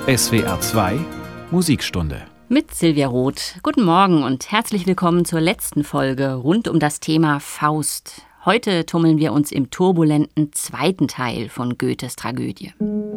SWR 2 Musikstunde mit Silvia Roth. Guten Morgen und herzlich willkommen zur letzten Folge rund um das Thema Faust. Heute tummeln wir uns im turbulenten zweiten Teil von Goethes Tragödie.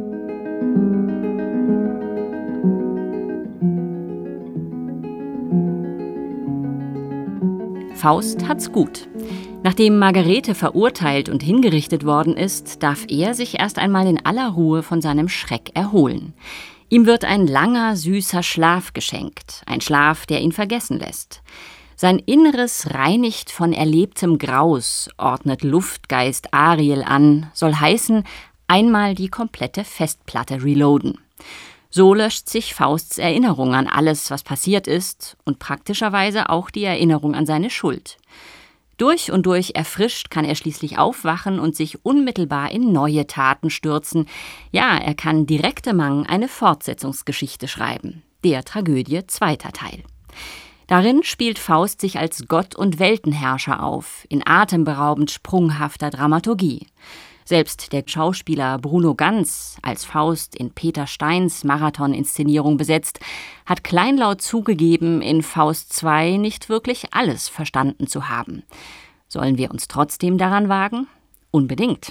Faust hat's gut. Nachdem Margarete verurteilt und hingerichtet worden ist, darf er sich erst einmal in aller Ruhe von seinem Schreck erholen. Ihm wird ein langer, süßer Schlaf geschenkt, ein Schlaf, der ihn vergessen lässt. Sein Inneres reinigt von erlebtem Graus, ordnet Luftgeist Ariel an, soll heißen, einmal die komplette Festplatte reloaden. So löscht sich Fausts Erinnerung an alles, was passiert ist, und praktischerweise auch die Erinnerung an seine Schuld. Durch und durch erfrischt kann er schließlich aufwachen und sich unmittelbar in neue Taten stürzen. Ja, er kann direktemang eine Fortsetzungsgeschichte schreiben, der Tragödie zweiter Teil. Darin spielt Faust sich als Gott und Weltenherrscher auf, in atemberaubend sprunghafter Dramaturgie. Selbst der Schauspieler Bruno Ganz, als Faust in Peter Steins Marathon-Inszenierung besetzt, hat kleinlaut zugegeben, in Faust II nicht wirklich alles verstanden zu haben. Sollen wir uns trotzdem daran wagen? Unbedingt.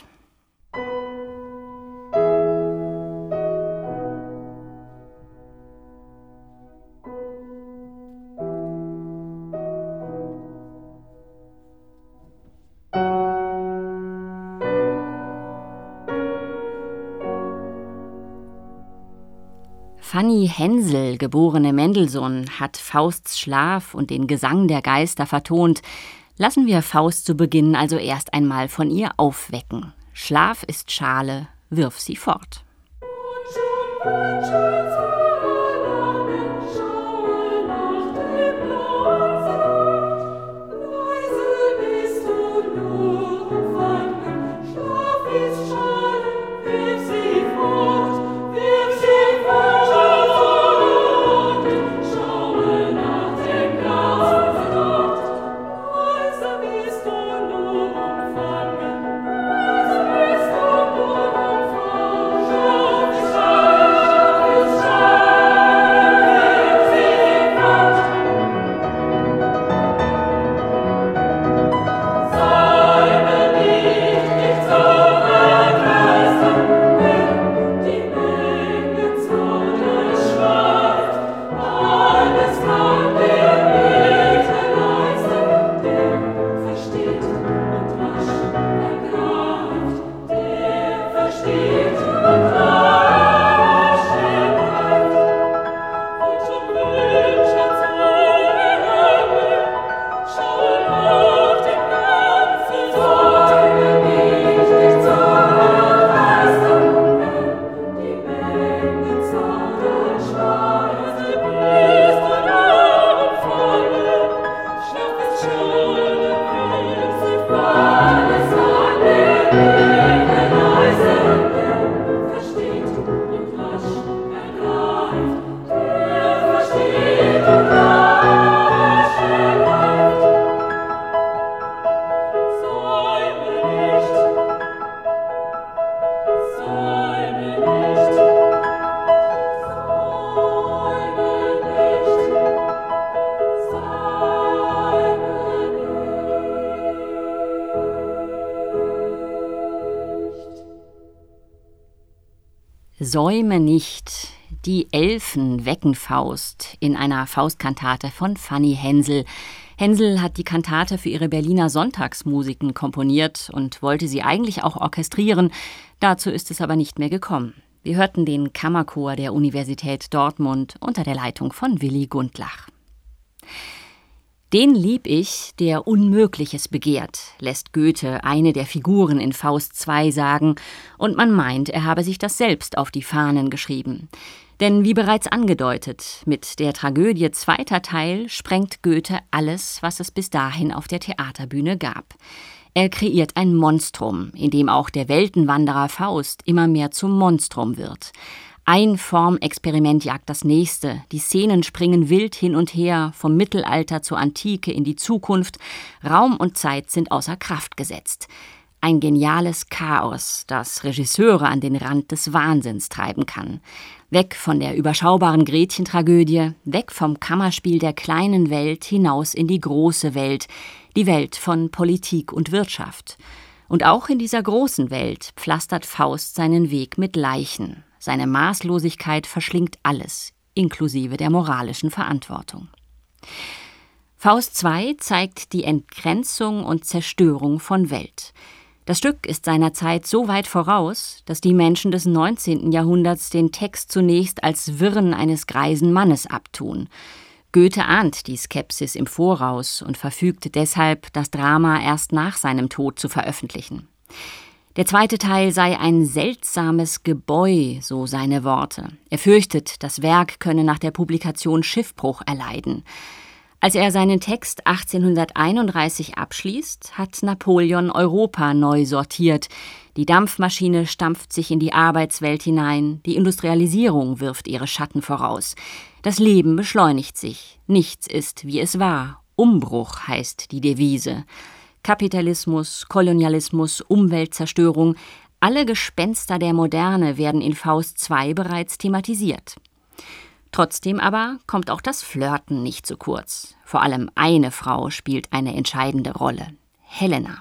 Fanny Hensel, geborene Mendelssohn, hat Fausts Schlaf und den Gesang der Geister vertont. Lassen wir Faust zu Beginn also erst einmal von ihr aufwecken. Schlaf ist Schale, wirf sie fort. Säume nicht, die Elfen wecken Faust in einer Faustkantate von Fanny Hensel. Hensel hat die Kantate für ihre Berliner Sonntagsmusiken komponiert und wollte sie eigentlich auch orchestrieren. Dazu ist es aber nicht mehr gekommen. Wir hörten den Kammerchor der Universität Dortmund unter der Leitung von Willy Gundlach. Den lieb ich, der Unmögliches begehrt, lässt Goethe eine der Figuren in Faust II sagen, und man meint, er habe sich das selbst auf die Fahnen geschrieben. Denn wie bereits angedeutet, mit der Tragödie zweiter Teil sprengt Goethe alles, was es bis dahin auf der Theaterbühne gab. Er kreiert ein Monstrum, in dem auch der Weltenwanderer Faust immer mehr zum Monstrum wird. Ein Formexperiment jagt das nächste. Die Szenen springen wild hin und her, vom Mittelalter zur Antike in die Zukunft. Raum und Zeit sind außer Kraft gesetzt. Ein geniales Chaos, das Regisseure an den Rand des Wahnsinns treiben kann. Weg von der überschaubaren Gretchentragödie, weg vom Kammerspiel der kleinen Welt hinaus in die große Welt, die Welt von Politik und Wirtschaft. Und auch in dieser großen Welt pflastert Faust seinen Weg mit Leichen. Seine Maßlosigkeit verschlingt alles, inklusive der moralischen Verantwortung. Faust II zeigt die Entgrenzung und Zerstörung von Welt. Das Stück ist seiner Zeit so weit voraus, dass die Menschen des 19. Jahrhunderts den Text zunächst als Wirren eines greisen Mannes abtun. Goethe ahnt die Skepsis im Voraus und verfügt deshalb, das Drama erst nach seinem Tod zu veröffentlichen. Der zweite Teil sei ein seltsames Gebäu, so seine Worte. Er fürchtet, das Werk könne nach der Publikation Schiffbruch erleiden. Als er seinen Text 1831 abschließt, hat Napoleon Europa neu sortiert. Die Dampfmaschine stampft sich in die Arbeitswelt hinein, die Industrialisierung wirft ihre Schatten voraus. Das Leben beschleunigt sich, nichts ist, wie es war. Umbruch heißt die Devise. Kapitalismus, Kolonialismus, Umweltzerstörung, alle Gespenster der Moderne werden in Faust II bereits thematisiert. Trotzdem aber kommt auch das Flirten nicht zu kurz. Vor allem eine Frau spielt eine entscheidende Rolle: Helena.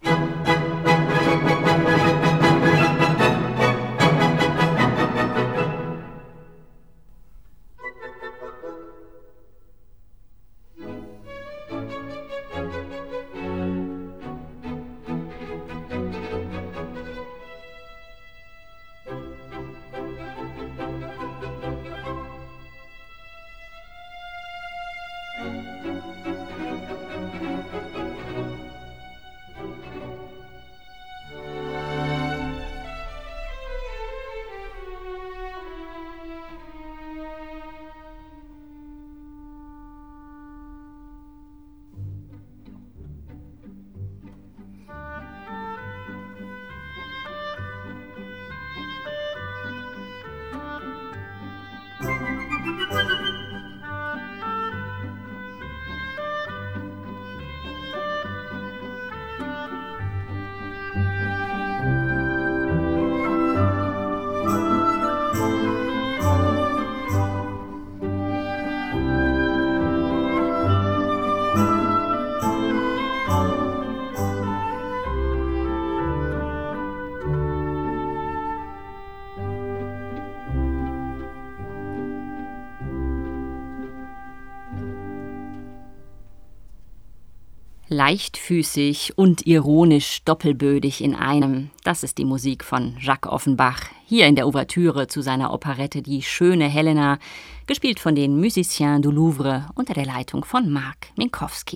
Leichtfüßig und ironisch doppelbödig in einem, das ist die Musik von Jacques Offenbach, hier in der Ouvertüre zu seiner Operette Die schöne Helena, gespielt von den Musiciens du Louvre unter der Leitung von Marc Minkowski.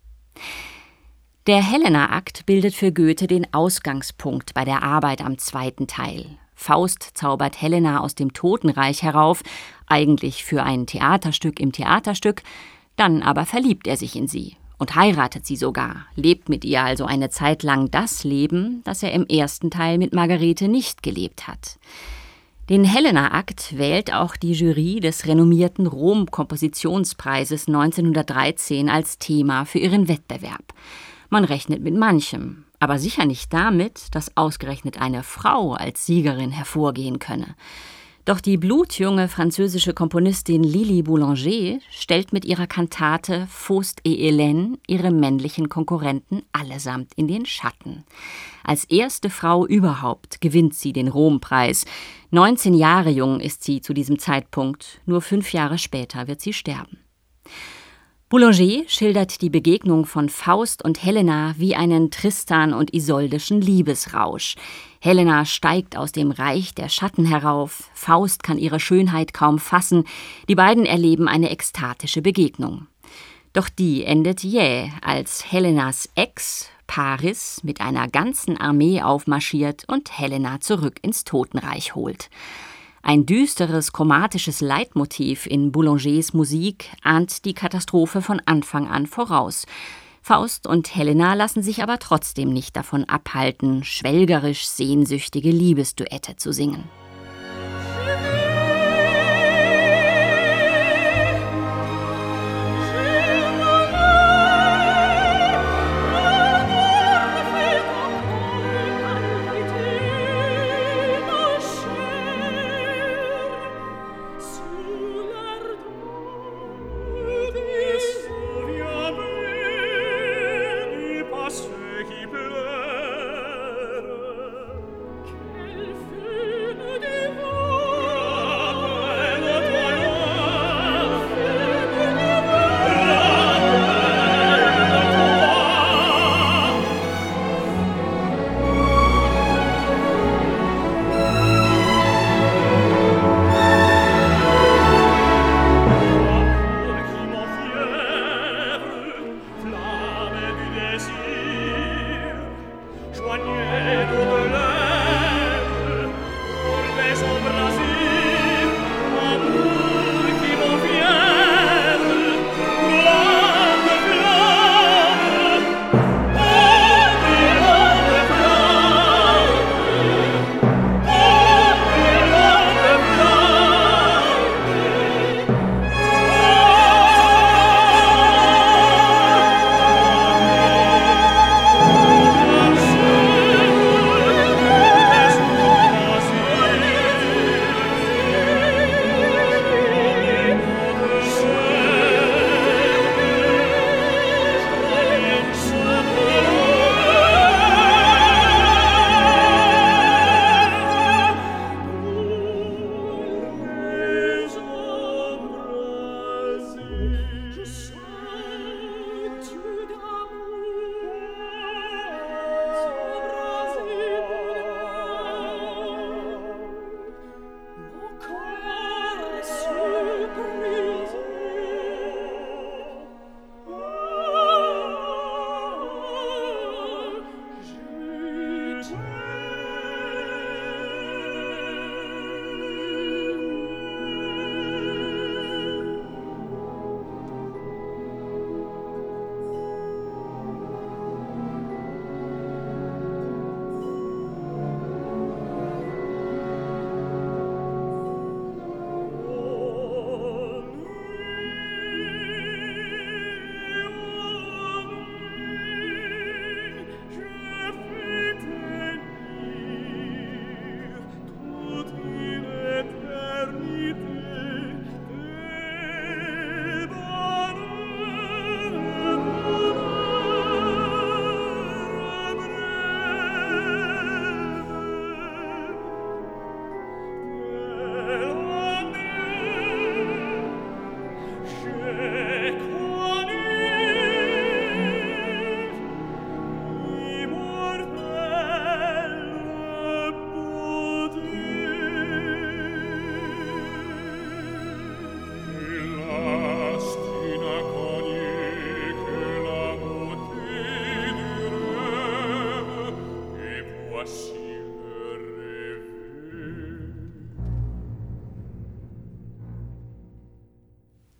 Der Helena-Akt bildet für Goethe den Ausgangspunkt bei der Arbeit am zweiten Teil. Faust zaubert Helena aus dem Totenreich herauf, eigentlich für ein Theaterstück im Theaterstück, dann aber verliebt er sich in sie. Und heiratet sie sogar, lebt mit ihr also eine Zeit lang das Leben, das er im ersten Teil mit Margarete nicht gelebt hat. Den Helena-Akt wählt auch die Jury des renommierten Rom-Kompositionspreises 1913 als Thema für ihren Wettbewerb. Man rechnet mit manchem, aber sicher nicht damit, dass ausgerechnet eine Frau als Siegerin hervorgehen könne. Doch die blutjunge französische Komponistin Lili Boulanger stellt mit ihrer Kantate Faust et Hélène ihre männlichen Konkurrenten allesamt in den Schatten. Als erste Frau überhaupt gewinnt sie den Rompreis. 19 Jahre jung ist sie zu diesem Zeitpunkt, nur 5 Jahre später wird sie sterben. Boulanger schildert die Begegnung von Faust und Helena wie einen Tristan- und Isoldischen Liebesrausch. Helena steigt aus dem Reich der Schatten herauf, Faust kann ihre Schönheit kaum fassen, die beiden erleben eine ekstatische Begegnung. Doch die endet jäh, als Helenas Ex, Paris, mit einer ganzen Armee aufmarschiert und Helena zurück ins Totenreich holt. Ein düsteres, chromatisches Leitmotiv in Boulangers Musik ahnt die Katastrophe von Anfang an voraus. Faust und Helena lassen sich aber trotzdem nicht davon abhalten, schwelgerisch sehnsüchtige Liebesduette zu singen.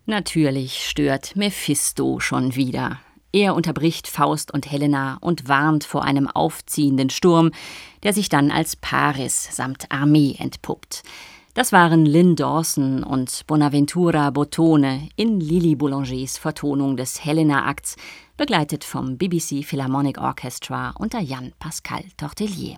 Natürlich stört Mephisto schon wieder. Er unterbricht Faust und Helena und warnt vor einem aufziehenden Sturm, der sich dann als Paris samt Armee entpuppt. Das waren Lynn Dawson und Bonaventura Bottone in Lili Boulangers Vertonung des Helena-Akts, begleitet vom BBC Philharmonic Orchestra unter Jan-Pascal Tortelier.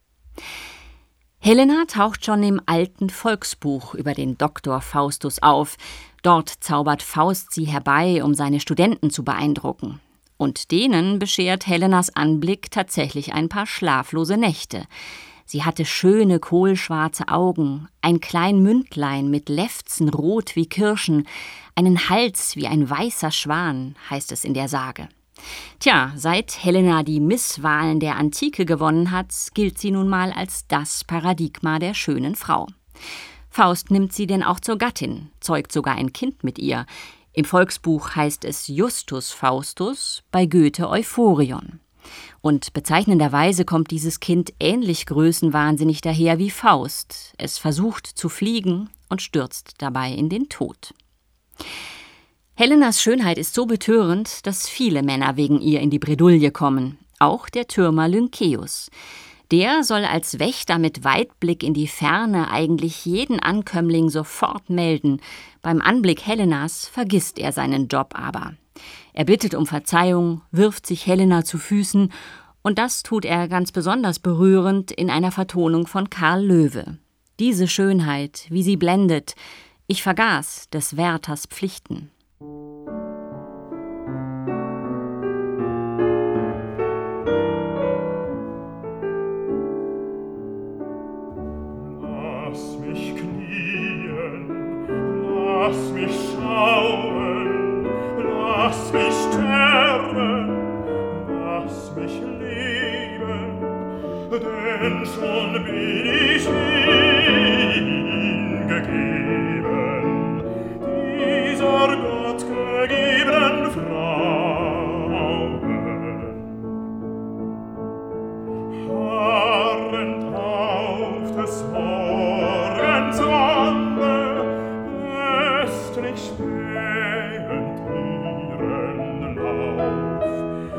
Helena taucht schon im alten Volksbuch über den Doktor Faustus auf. Dort zaubert Faust sie herbei, um seine Studenten zu beeindrucken. Und denen beschert Helenas Anblick tatsächlich ein paar schlaflose Nächte. Sie hatte schöne, kohlschwarze Augen, ein klein Mündlein mit Lefzen rot wie Kirschen, einen Hals wie ein weißer Schwan, heißt es in der Sage. Tja, seit Helena die Misswahlen der Antike gewonnen hat, gilt sie nun mal als das Paradigma der schönen Frau. Faust nimmt sie denn auch zur Gattin, zeugt sogar ein Kind mit ihr. Im Volksbuch heißt es Justus Faustus, bei Goethe Euphorion. Und bezeichnenderweise kommt dieses Kind ähnlich größenwahnsinnig daher wie Faust. Es versucht zu fliegen und stürzt dabei in den Tod. Helenas Schönheit ist so betörend, dass viele Männer wegen ihr in die Bredouille kommen, auch der Türmer Lynceus. Der soll als Wächter mit Weitblick in die Ferne eigentlich jeden Ankömmling sofort melden. Beim Anblick Helenas vergisst er seinen Job aber. Er bittet um Verzeihung, wirft sich Helena zu Füßen und das tut er ganz besonders berührend in einer Vertonung von Karl Löwe. Diese Schönheit, wie sie blendet, ich vergaß des Wärters Pflichten. Lass mich knien, lass mich schauen, lass mich sterben, lass mich leben, denn schon bin ich hingegeben, dieser gottgegebenen Frauen. Harrend auf des Morgens Sonne, östlich spähend ihren Lauf,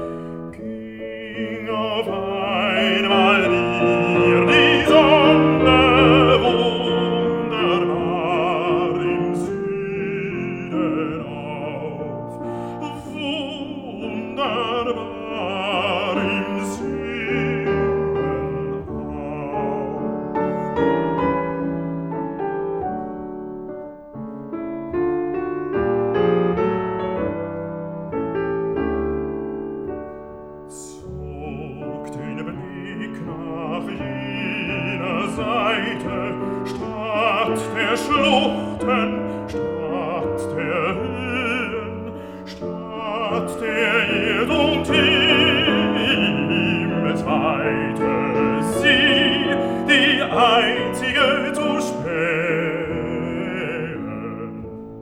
ging auf einmal mir die Sonne wunderbar im Süden auf, wunderbar im Süden auf. Zog den Blick nach jener Seite, statt der Schluchten, statt der Höhen, statt der Erd- und Himmelsweite, sie, die einzige zu spähen.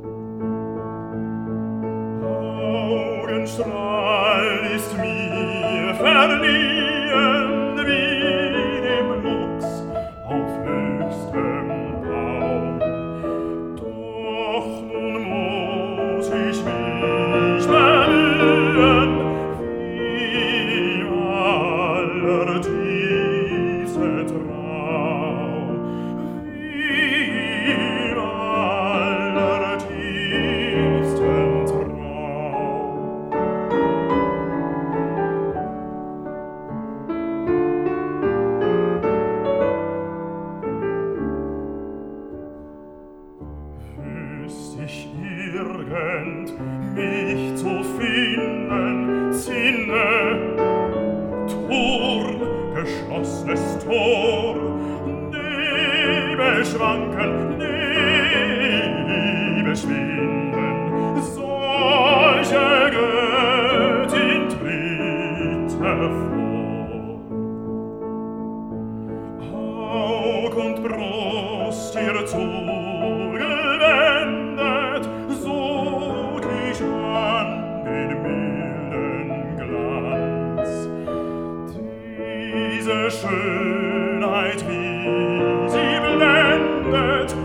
Augenstrahl ist mir verliehen, wie dem Luchs auf höchstem Baum. Doch nun muss ich mich bemühen, wie allertiefste Traum, wie allertiefsten Traum. Wüsst ich irgend mich zu finden, Zinne, Turm, geschlossenes Tor, Nebel schwanken, Nebel schwinden, solche Göttin tritt hervor. Aug und Brust ihr zugewendet, sog ich an den milden Glanz. Diese Schönheit, wie sie blendet,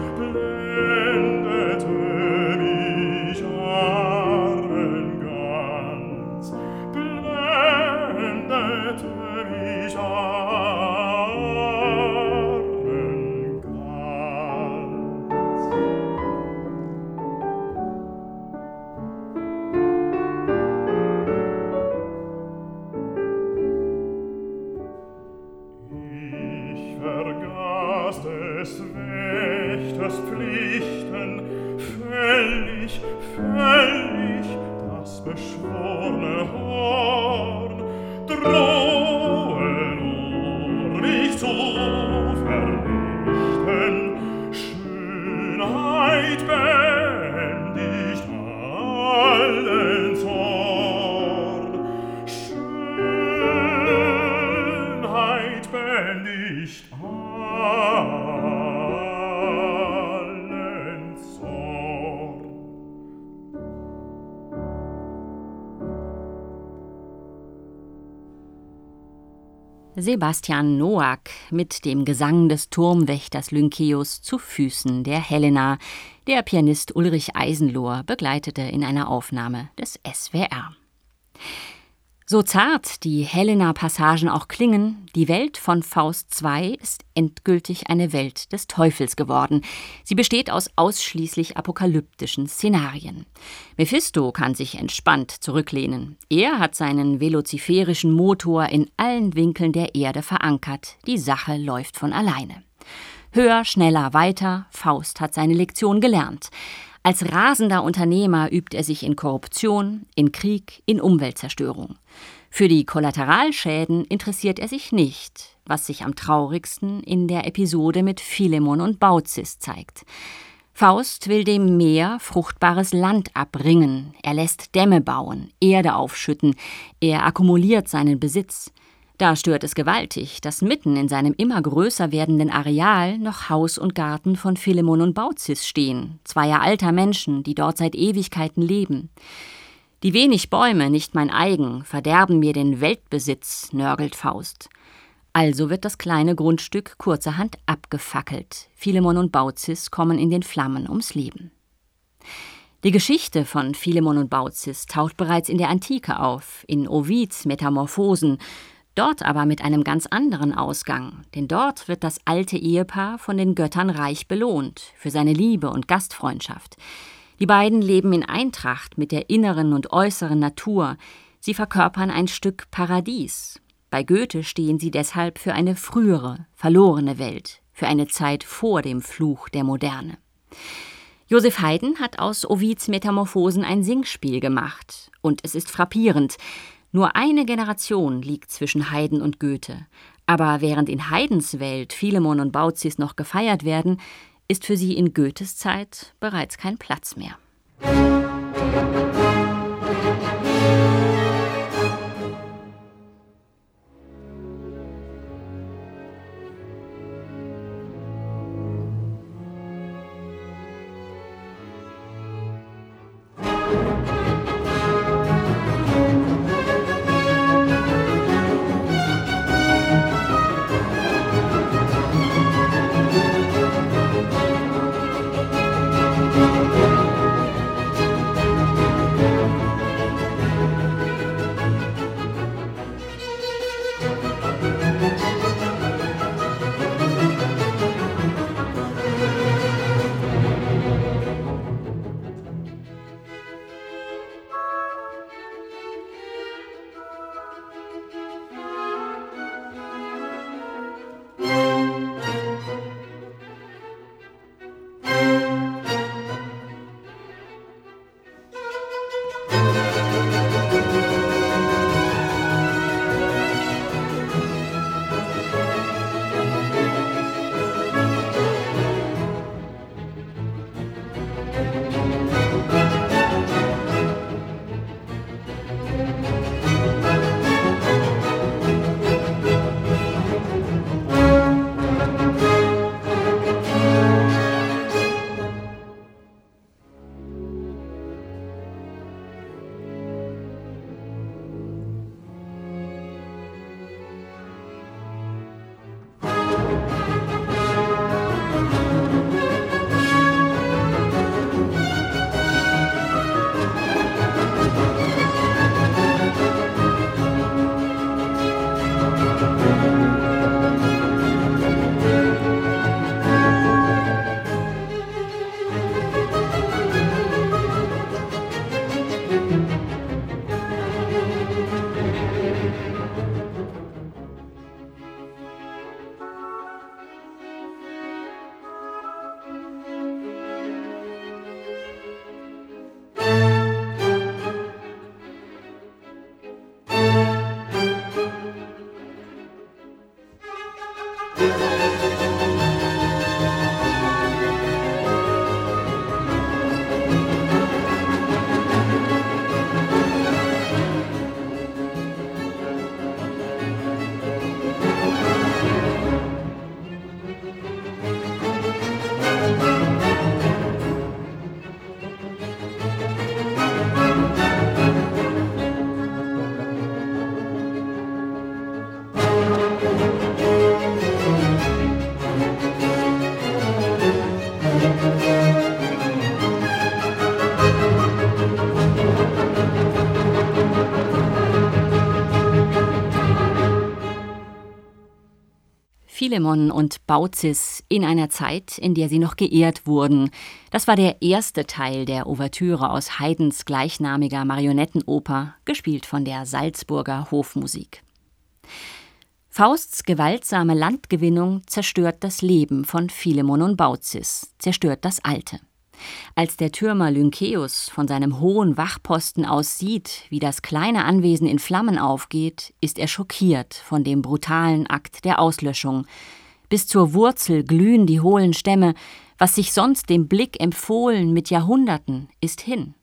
richten, fällig, fällig das beschworne Horn, drohen mich zu vernichten. Schönheit bändigt allen Zorn, Schönheit bändigt allen Zorn. Sebastian Noack mit dem Gesang des Turmwächters Lynkeus zu Füßen der Helena. Der Pianist Ulrich Eisenlohr begleitete in einer Aufnahme des SWR. So zart die Helena-Passagen auch klingen, die Welt von Faust II ist endgültig eine Welt des Teufels geworden. Sie besteht aus ausschließlich apokalyptischen Szenarien. Mephisto kann sich entspannt zurücklehnen. Er hat seinen veloziferischen Motor in allen Winkeln der Erde verankert. Die Sache läuft von alleine. Höher, schneller, weiter, Faust hat seine Lektion gelernt. Als rasender Unternehmer übt er sich in Korruption, in Krieg, in Umweltzerstörung. Für die Kollateralschäden interessiert er sich nicht, was sich am traurigsten in der Episode mit Philemon und Baucis zeigt. Faust will dem Meer fruchtbares Land abringen, er lässt Dämme bauen, Erde aufschütten, er akkumuliert seinen Besitz. Da stört es gewaltig, dass mitten in seinem immer größer werdenden Areal noch Haus und Garten von Philemon und Baucis stehen, zweier alter Menschen, die dort seit Ewigkeiten leben. Die wenig Bäume, nicht mein eigen, verderben mir den Weltbesitz, nörgelt Faust. Also wird das kleine Grundstück kurzerhand abgefackelt. Philemon und Baucis kommen in den Flammen ums Leben. Die Geschichte von Philemon und Baucis taucht bereits in der Antike auf, in Ovids Metamorphosen, dort aber mit einem ganz anderen Ausgang, denn dort wird das alte Ehepaar von den Göttern reich belohnt für seine Liebe und Gastfreundschaft. Die beiden leben in Eintracht mit der inneren und äußeren Natur. Sie verkörpern ein Stück Paradies. Bei Goethe stehen sie deshalb für eine frühere, verlorene Welt, für eine Zeit vor dem Fluch der Moderne. Joseph Haydn hat aus Ovids Metamorphosen ein Singspiel gemacht. Und es ist frappierend. Nur eine Generation liegt zwischen Haydn und Goethe. Aber während in Haydns Welt Philemon und Baucis noch gefeiert werden, ist für sie in Goethes Zeit bereits kein Platz mehr. Philemon und Baucis in einer Zeit, in der sie noch geehrt wurden. Das war der erste Teil der Ouvertüre aus Haydns gleichnamiger Marionettenoper, gespielt von der Salzburger Hofmusik. Fausts gewaltsame Landgewinnung zerstört das Leben von Philemon und Baucis, zerstört das Alte. Als der Türmer Lynkeus von seinem hohen Wachposten aus sieht, wie das kleine Anwesen in Flammen aufgeht, ist er schockiert von dem brutalen Akt der Auslöschung. Bis zur Wurzel glühen die hohlen Stämme, was sich sonst dem Blick empfohlen mit Jahrhunderten, ist hin.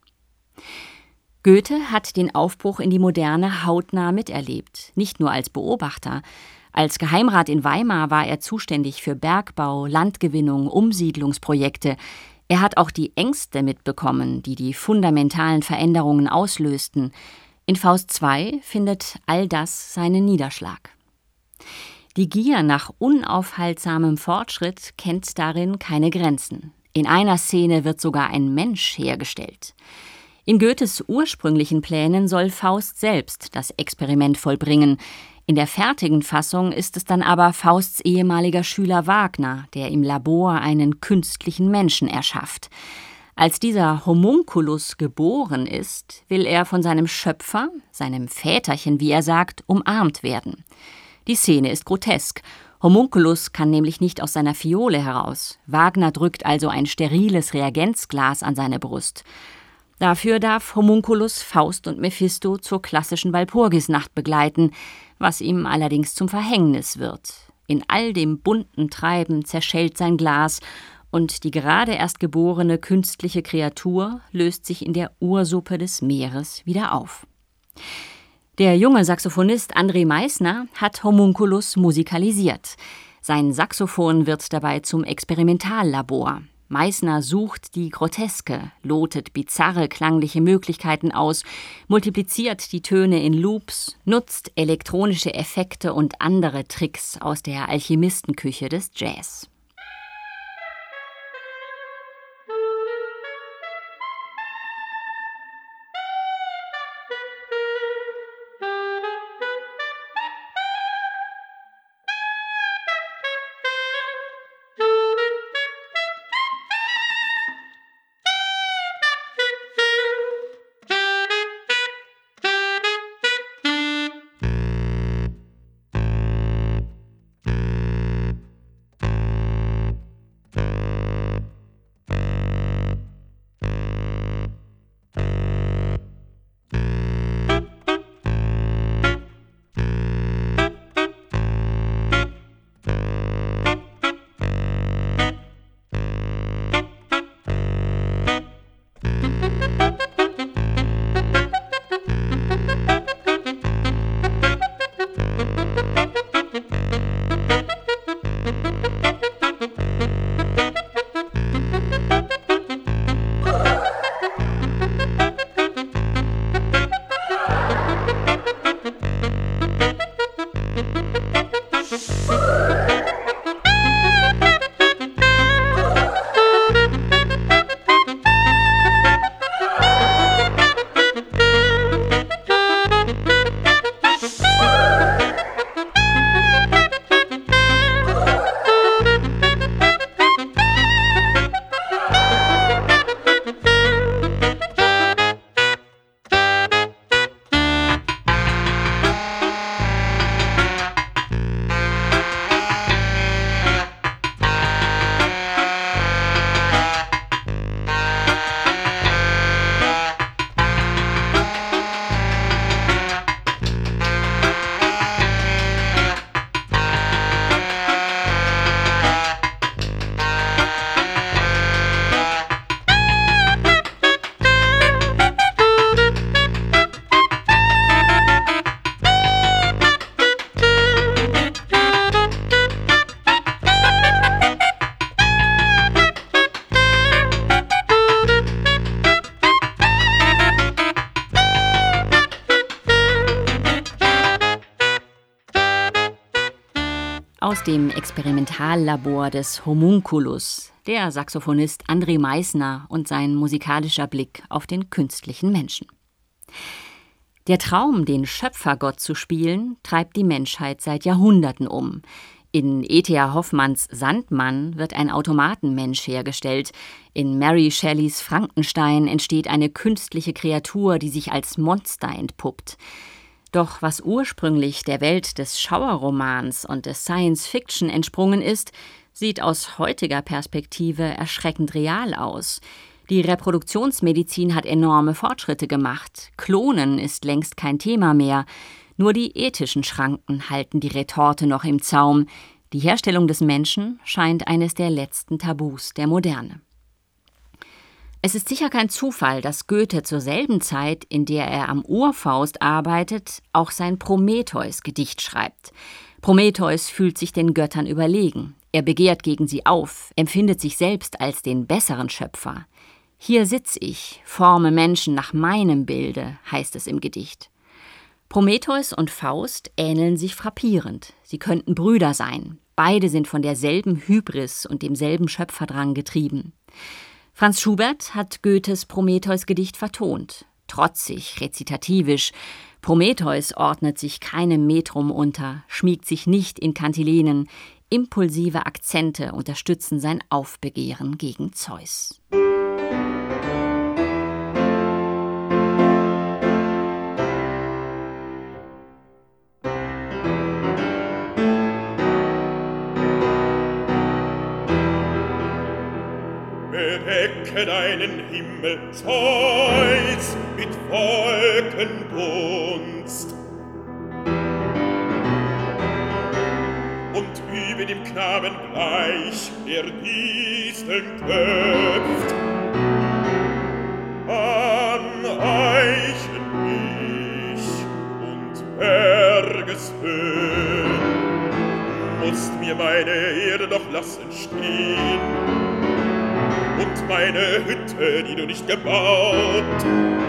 Goethe hat den Aufbruch in die Moderne hautnah miterlebt, nicht nur als Beobachter. Als Geheimrat in Weimar war er zuständig für Bergbau, Landgewinnung, Umsiedlungsprojekte. Er hat auch die Ängste mitbekommen, die die fundamentalen Veränderungen auslösten. In Faust II findet all das seinen Niederschlag. Die Gier nach unaufhaltsamem Fortschritt kennt darin keine Grenzen. In einer Szene wird sogar ein Mensch hergestellt. In Goethes ursprünglichen Plänen soll Faust selbst das Experiment vollbringen. In der fertigen Fassung ist es dann aber Fausts ehemaliger Schüler Wagner, der im Labor einen künstlichen Menschen erschafft. Als dieser Homunculus geboren ist, will er von seinem Schöpfer, seinem Väterchen, wie er sagt, umarmt werden. Die Szene ist grotesk. Homunculus kann nämlich nicht aus seiner Fiole heraus. Wagner drückt also ein steriles Reagenzglas an seine Brust. Dafür darf Homunculus Faust und Mephisto zur klassischen Walpurgisnacht begleiten, was ihm allerdings zum Verhängnis wird. In all dem bunten Treiben zerschellt sein Glas und die gerade erst geborene künstliche Kreatur löst sich in der Ursuppe des Meeres wieder auf. Der junge Saxophonist André Meisner hat Homunculus musikalisiert. Sein Saxophon wird dabei zum Experimentallabor. Meisner sucht die Groteske, lotet bizarre klangliche Möglichkeiten aus, multipliziert die Töne in Loops, nutzt elektronische Effekte und andere Tricks aus der Alchemistenküche des Jazz. Aus dem Experimentallabor des Homunculus, der Saxophonist André Meisner und sein musikalischer Blick auf den künstlichen Menschen. Der Traum, den Schöpfergott zu spielen, treibt die Menschheit seit Jahrhunderten um. In E.T.A. Hoffmanns Sandmann wird ein Automatenmensch hergestellt. In Mary Shelleys Frankenstein entsteht eine künstliche Kreatur, die sich als Monster entpuppt. Doch was ursprünglich der Welt des Schauerromans und des Science-Fiction entsprungen ist, sieht aus heutiger Perspektive erschreckend real aus. Die Reproduktionsmedizin hat enorme Fortschritte gemacht. Klonen ist längst kein Thema mehr. Nur die ethischen Schranken halten die Retorte noch im Zaum. Die Herstellung des Menschen scheint eines der letzten Tabus der Moderne. Es ist sicher kein Zufall, dass Goethe zur selben Zeit, in der er am Urfaust arbeitet, auch sein Prometheus-Gedicht schreibt. Prometheus fühlt sich den Göttern überlegen. Er begehrt gegen sie auf, empfindet sich selbst als den besseren Schöpfer. »Hier sitz ich, forme Menschen nach meinem Bilde«, heißt es im Gedicht. Prometheus und Faust ähneln sich frappierend. Sie könnten Brüder sein. Beide sind von derselben Hybris und demselben Schöpferdrang getrieben. Franz Schubert hat Goethes Prometheus-Gedicht vertont. Trotzig, rezitativisch. Prometheus ordnet sich keinem Metrum unter, schmiegt sich nicht in Kantilenen. Impulsive Akzente unterstützen sein Aufbegehren gegen Zeus. Bedecke deinen Himmel, Zeus, mit Wolkendunst, und übe dem Knaben gleich, der Disteln köpft, an Eichen mich und Bergeshöhen, musst mir meine Erde doch lassen stehen, und meine Hütte, die du nicht gebaut,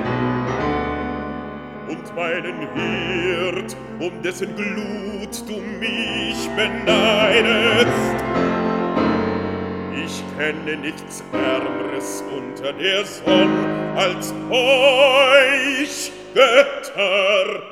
und meinen Herd, um dessen Glut du mich beneidest. Ich kenne nichts Ärmeres unter der Sonn als euch, Götter.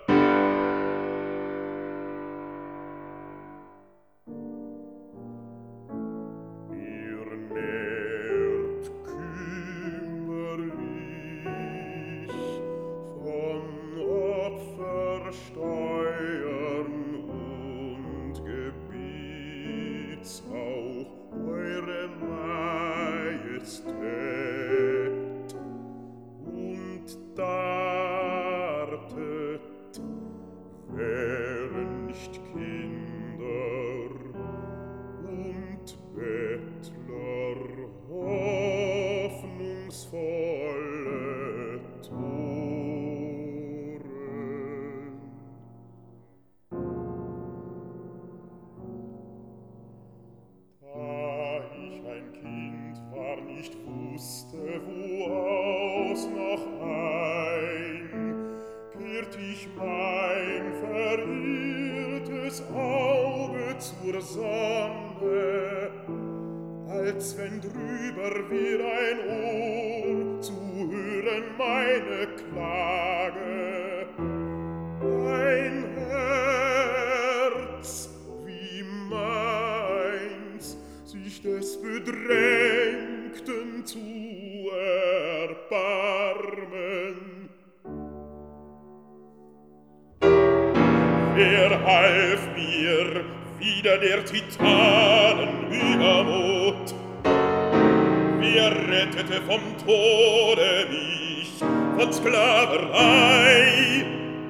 Wer half mir wider der Titanen Übermut? Wer rettete vom Tode mich, von Sklaverei?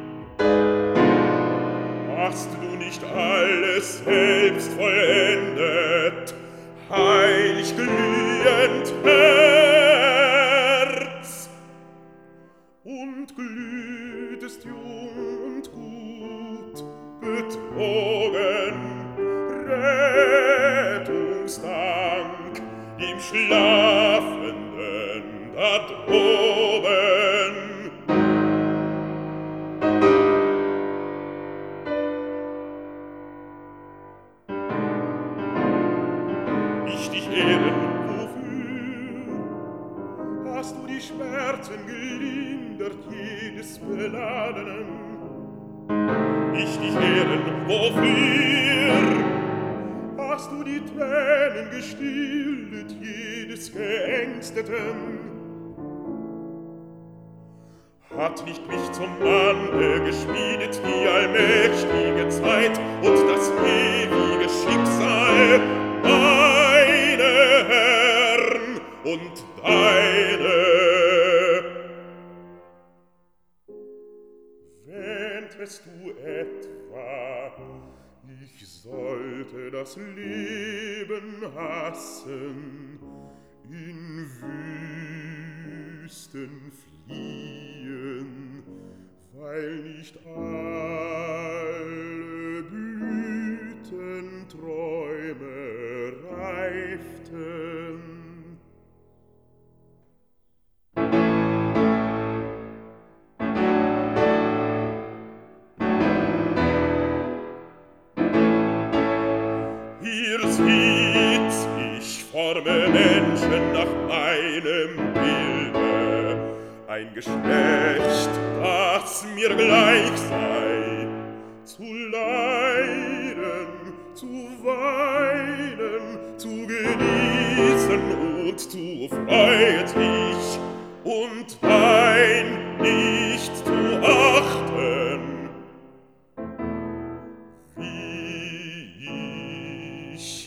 Hast du nicht alles selbst vollendet, heilig glühend Herz, und glühtest jung und gut, betrogen, Rettungsdank dem Schlafenden da droben. Ich dich ehren, wofür? Hast du die Schmerzen gelindert jedes Beladenen? Ich dich ehren, wofür? hast du die Tränen gestillet jedes Geängsteten. Hat nicht mich zum Manne geschmiedet die allmächtige Zeit und das ewige Schicksal, meine Herren und deine. Wähntest du etwa, ich sollte das Leben hassen, in Wüsten fliehen, weil nicht alle Blütenträume reiften. Hier sieht's, ich forme Menschen nach meinem Bilde, ein Geschlecht, das mir gleich sei, zu leiden, zu weinen, zu genießen und zu freuen sich und dein nicht zu achten, wie ich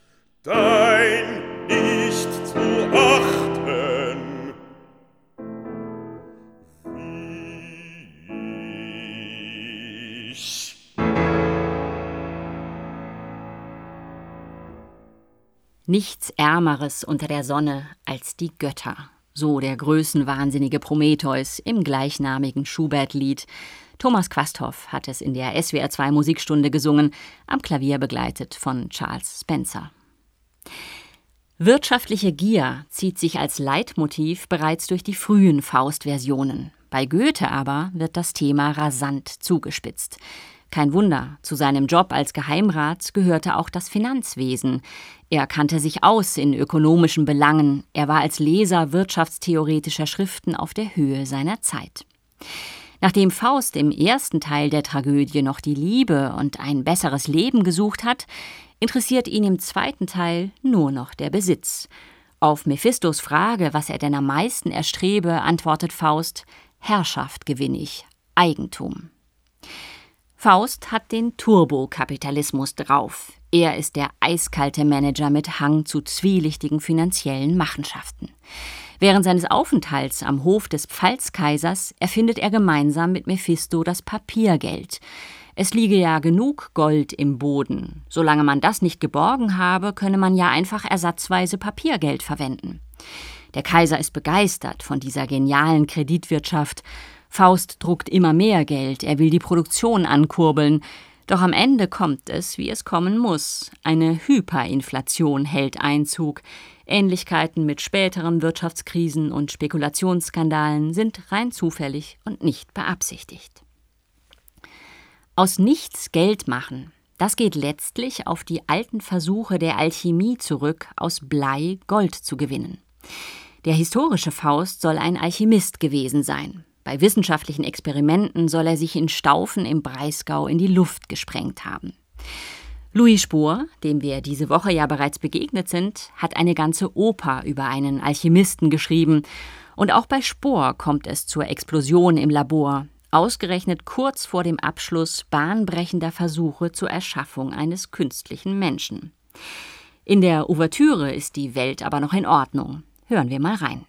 dein nicht zu achten, wie ich. Nichts Ärmeres unter der Sonne als die Götter, so der größenwahnsinnige Prometheus im gleichnamigen Schubert-Lied. Thomas Quasthoff hat es in der SWR2 Musikstunde gesungen, am Klavier begleitet von Charles Spencer. Wirtschaftliche Gier zieht sich als Leitmotiv bereits durch die frühen Faust-Versionen. Bei Goethe aber wird das Thema rasant zugespitzt. Kein Wunder, zu seinem Job als Geheimrat gehörte auch das Finanzwesen. Er kannte sich aus in ökonomischen Belangen. Er war als Leser wirtschaftstheoretischer Schriften auf der Höhe seiner Zeit. Nachdem Faust im ersten Teil der Tragödie noch die Liebe und ein besseres Leben gesucht hat, interessiert ihn im zweiten Teil nur noch der Besitz. Auf Mephistos Frage, was er denn am meisten erstrebe, antwortet Faust: Herrschaft gewinne ich, Eigentum. Faust hat den Turbokapitalismus drauf. Er ist der eiskalte Manager mit Hang zu zwielichtigen finanziellen Machenschaften. Während seines Aufenthalts am Hof des Pfalzkaisers erfindet er gemeinsam mit Mephisto das Papiergeld. Es liege ja genug Gold im Boden. Solange man das nicht geborgen habe, könne man ja einfach ersatzweise Papiergeld verwenden. Der Kaiser ist begeistert von dieser genialen Kreditwirtschaft. Faust druckt immer mehr Geld, er will die Produktion ankurbeln. Doch am Ende kommt es, wie es kommen muss. Eine Hyperinflation hält Einzug. Ähnlichkeiten mit späteren Wirtschaftskrisen und Spekulationsskandalen sind rein zufällig und nicht beabsichtigt. Aus nichts Geld machen, das geht letztlich auf die alten Versuche der Alchemie zurück, aus Blei Gold zu gewinnen. Der historische Faust soll ein Alchemist gewesen sein. Bei wissenschaftlichen Experimenten soll er sich in Staufen im Breisgau in die Luft gesprengt haben. Louis Spohr, dem wir diese Woche ja bereits begegnet sind, hat eine ganze Oper über einen Alchemisten geschrieben. Und auch bei Spohr kommt es zur Explosion im Labor, ausgerechnet kurz vor dem Abschluss bahnbrechender Versuche zur Erschaffung eines künstlichen Menschen. In der Ouvertüre ist die Welt aber noch in Ordnung. Hören wir mal rein.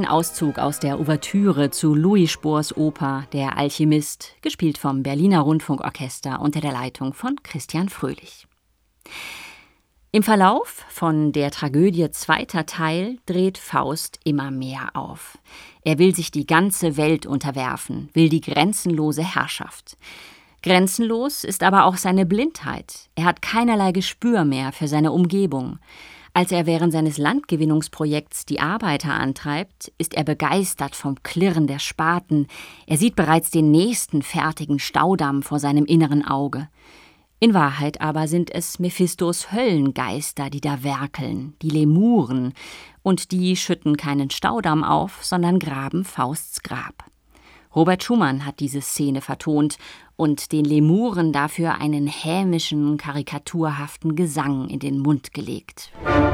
Auszug aus der Ouvertüre zu Louis Spohrs Oper Der Alchemist, gespielt vom Berliner Rundfunkorchester unter der Leitung von Christian Fröhlich. Im Verlauf von der Tragödie zweiter Teil dreht Faust immer mehr auf. Er will sich die ganze Welt unterwerfen, will die grenzenlose Herrschaft. Grenzenlos ist aber auch seine Blindheit. Er hat keinerlei Gespür mehr für seine Umgebung. Als er während seines Landgewinnungsprojekts die Arbeiter antreibt, ist er begeistert vom Klirren der Spaten. Er sieht bereits den nächsten fertigen Staudamm vor seinem inneren Auge. In Wahrheit aber sind es Mephistos Höllengeister, die da werkeln, die Lemuren, und die schütten keinen Staudamm auf, sondern graben Fausts Grab. Robert Schumann hat diese Szene vertont und den Lemuren dafür einen hämischen, karikaturhaften Gesang in den Mund gelegt.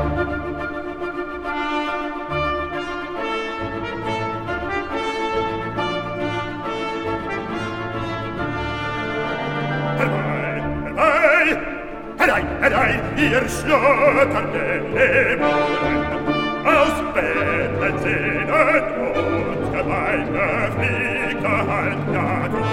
Herein, ihr schlotternden Lemuren, aus Betten, Sehnen und Gebeine fliegt halt Naturen.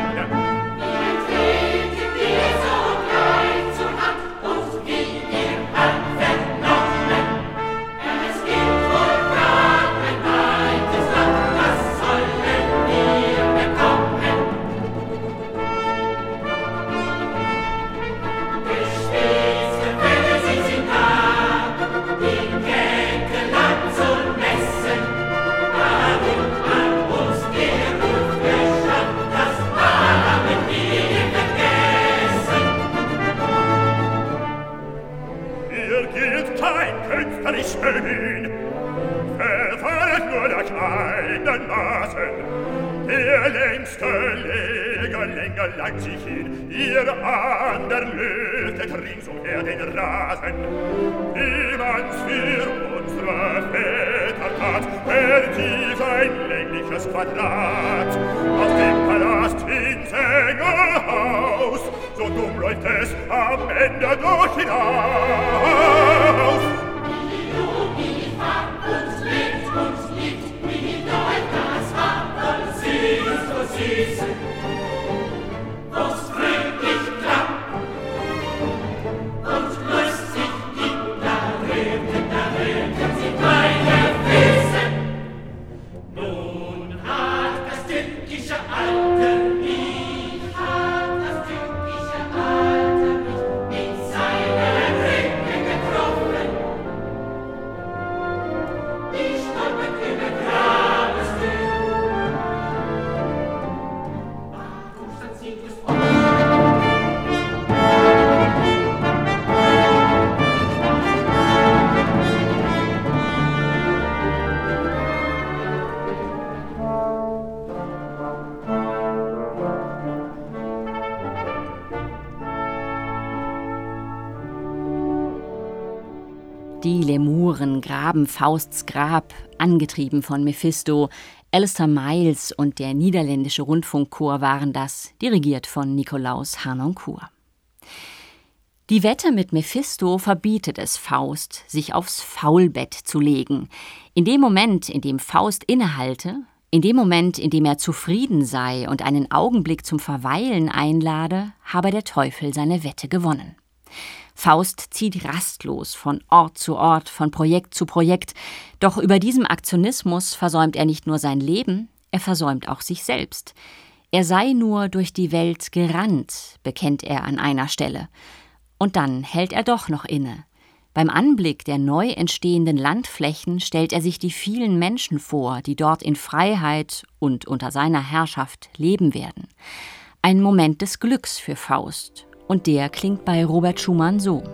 Schön, verfallet nur der kleinen Maßen. Der längste Legerlänger langt sich hin, ihr andern lötet ringsumher den Rasen. Wie man's für unsere Väter tat, vertief ein längliches Quadrat. Aus dem Palast ins enge Haus, so dumm läuft es am Ende doch hinaus. Die Lemuren graben Fausts Grab, angetrieben von Mephisto. Alistair Miles und der niederländische Rundfunkchor waren das, dirigiert von Nikolaus Harnoncourt. Die Wette mit Mephisto verbietet es Faust, sich aufs Faulbett zu legen. In dem Moment, in dem Faust innehalte, in dem Moment, in dem er zufrieden sei und einen Augenblick zum Verweilen einlade, habe der Teufel seine Wette gewonnen. Faust zieht rastlos von Ort zu Ort, von Projekt zu Projekt. Doch über diesem Aktionismus versäumt er nicht nur sein Leben, er versäumt auch sich selbst. Er sei nur durch die Welt gerannt, bekennt er an einer Stelle. Und dann hält er doch noch inne. Beim Anblick der neu entstehenden Landflächen stellt er sich die vielen Menschen vor, die dort in Freiheit und unter seiner Herrschaft leben werden. Ein Moment des Glücks für Faust. Und der klingt bei Robert Schumann so.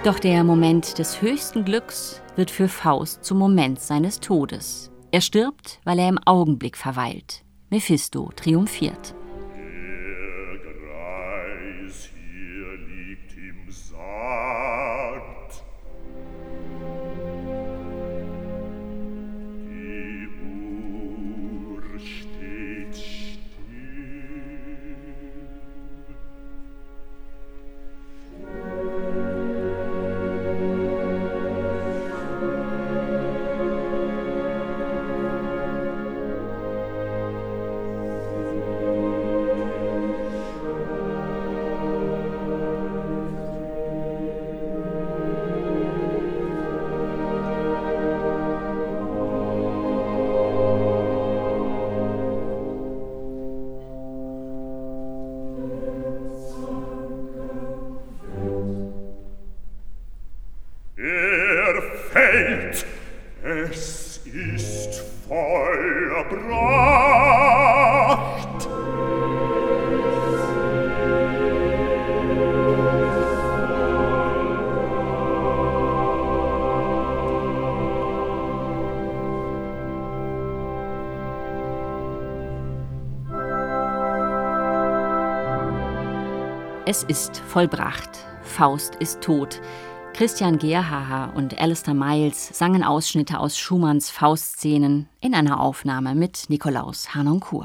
Doch der Moment des höchsten Glücks wird für Faust zum Moment seines Todes. Er stirbt, weil er im Augenblick verweilt. Mephisto triumphiert. Der Greis hier liegt im Sand. Die Uhr steht still. Es ist vollbracht. Es ist vollbracht. Faust ist tot. Christian Gerhaher und Alistair Miles sangen Ausschnitte aus Schumanns Faust-Szenen in einer Aufnahme mit Nikolaus Harnoncourt.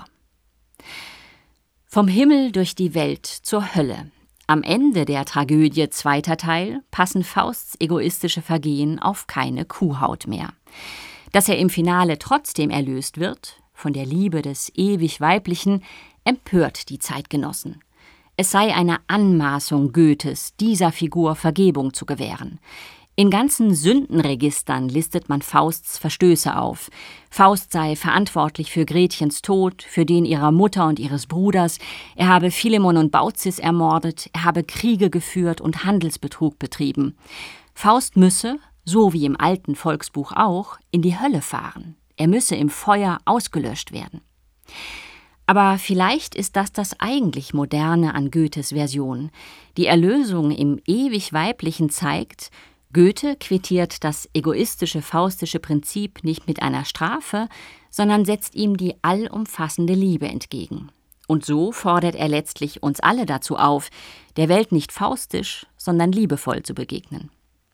Vom Himmel durch die Welt zur Hölle. Am Ende der Tragödie zweiter Teil passen Fausts egoistische Vergehen auf keine Kuhhaut mehr. Dass er im Finale trotzdem erlöst wird, von der Liebe des ewig Weiblichen, empört die Zeitgenossen. Es sei eine Anmaßung Goethes, dieser Figur Vergebung zu gewähren. In ganzen Sündenregistern listet man Fausts Verstöße auf. Faust sei verantwortlich für Gretchens Tod, für den ihrer Mutter und ihres Bruders. Er habe Philemon und Baucis ermordet, er habe Kriege geführt und Handelsbetrug betrieben. Faust müsse, so wie im alten Volksbuch auch, in die Hölle fahren. Er müsse im Feuer ausgelöscht werden. Aber vielleicht ist das eigentlich Moderne an Goethes Version. Die Erlösung im ewig Weiblichen zeigt, Goethe quittiert das egoistische faustische Prinzip nicht mit einer Strafe, sondern setzt ihm die allumfassende Liebe entgegen. Und so fordert er letztlich uns alle dazu auf, der Welt nicht faustisch, sondern liebevoll zu begegnen.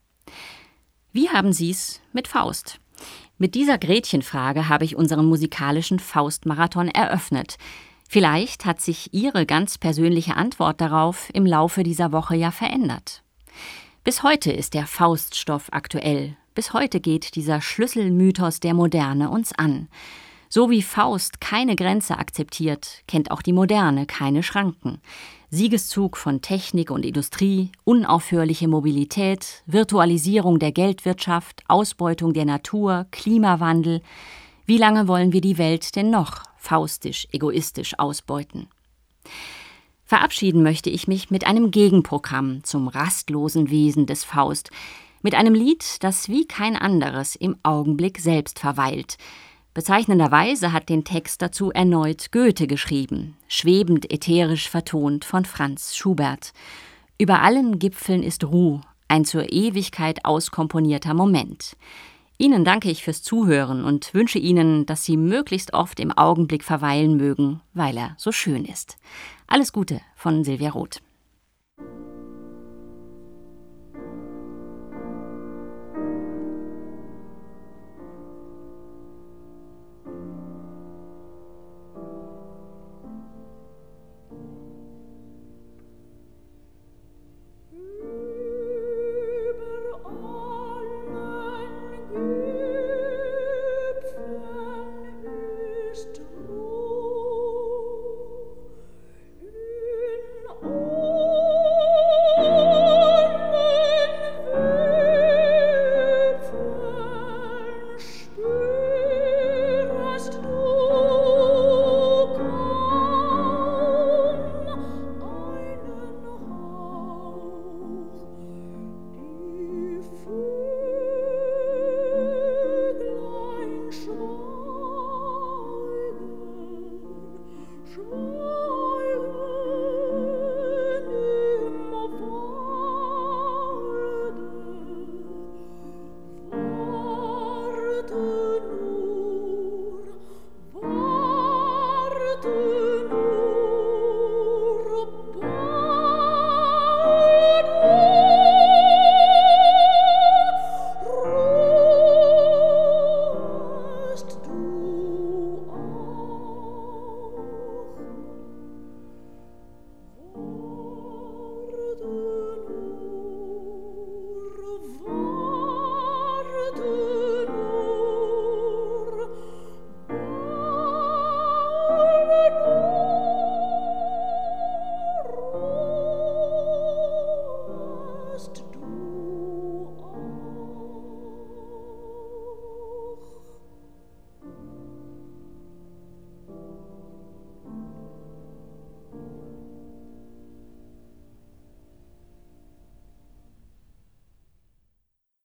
Wie haben Sie's mit Faust? Mit dieser Gretchenfrage habe ich unseren musikalischen Faust-Marathon eröffnet. Vielleicht hat sich Ihre ganz persönliche Antwort darauf im Laufe dieser Woche ja verändert. Bis heute ist der Fauststoff aktuell. Bis heute geht dieser Schlüsselmythos der Moderne uns an. So wie Faust keine Grenze akzeptiert, kennt auch die Moderne keine Schranken. Siegeszug von Technik und Industrie, unaufhörliche Mobilität, Virtualisierung der Geldwirtschaft, Ausbeutung der Natur, Klimawandel. Wie lange wollen wir die Welt denn noch faustisch, egoistisch ausbeuten? Verabschieden möchte ich mich mit einem Gegenprogramm zum rastlosen Wesen des Faust, mit einem Lied, das wie kein anderes im Augenblick selbst verweilt. Bezeichnenderweise hat den Text dazu erneut Goethe geschrieben, schwebend ätherisch vertont von Franz Schubert. Über allen Gipfeln ist Ruh, ein zur Ewigkeit auskomponierter Moment. Ihnen danke ich fürs Zuhören und wünsche Ihnen, dass Sie möglichst oft im Augenblick verweilen mögen, weil er so schön ist. Alles Gute von Silvia Roth.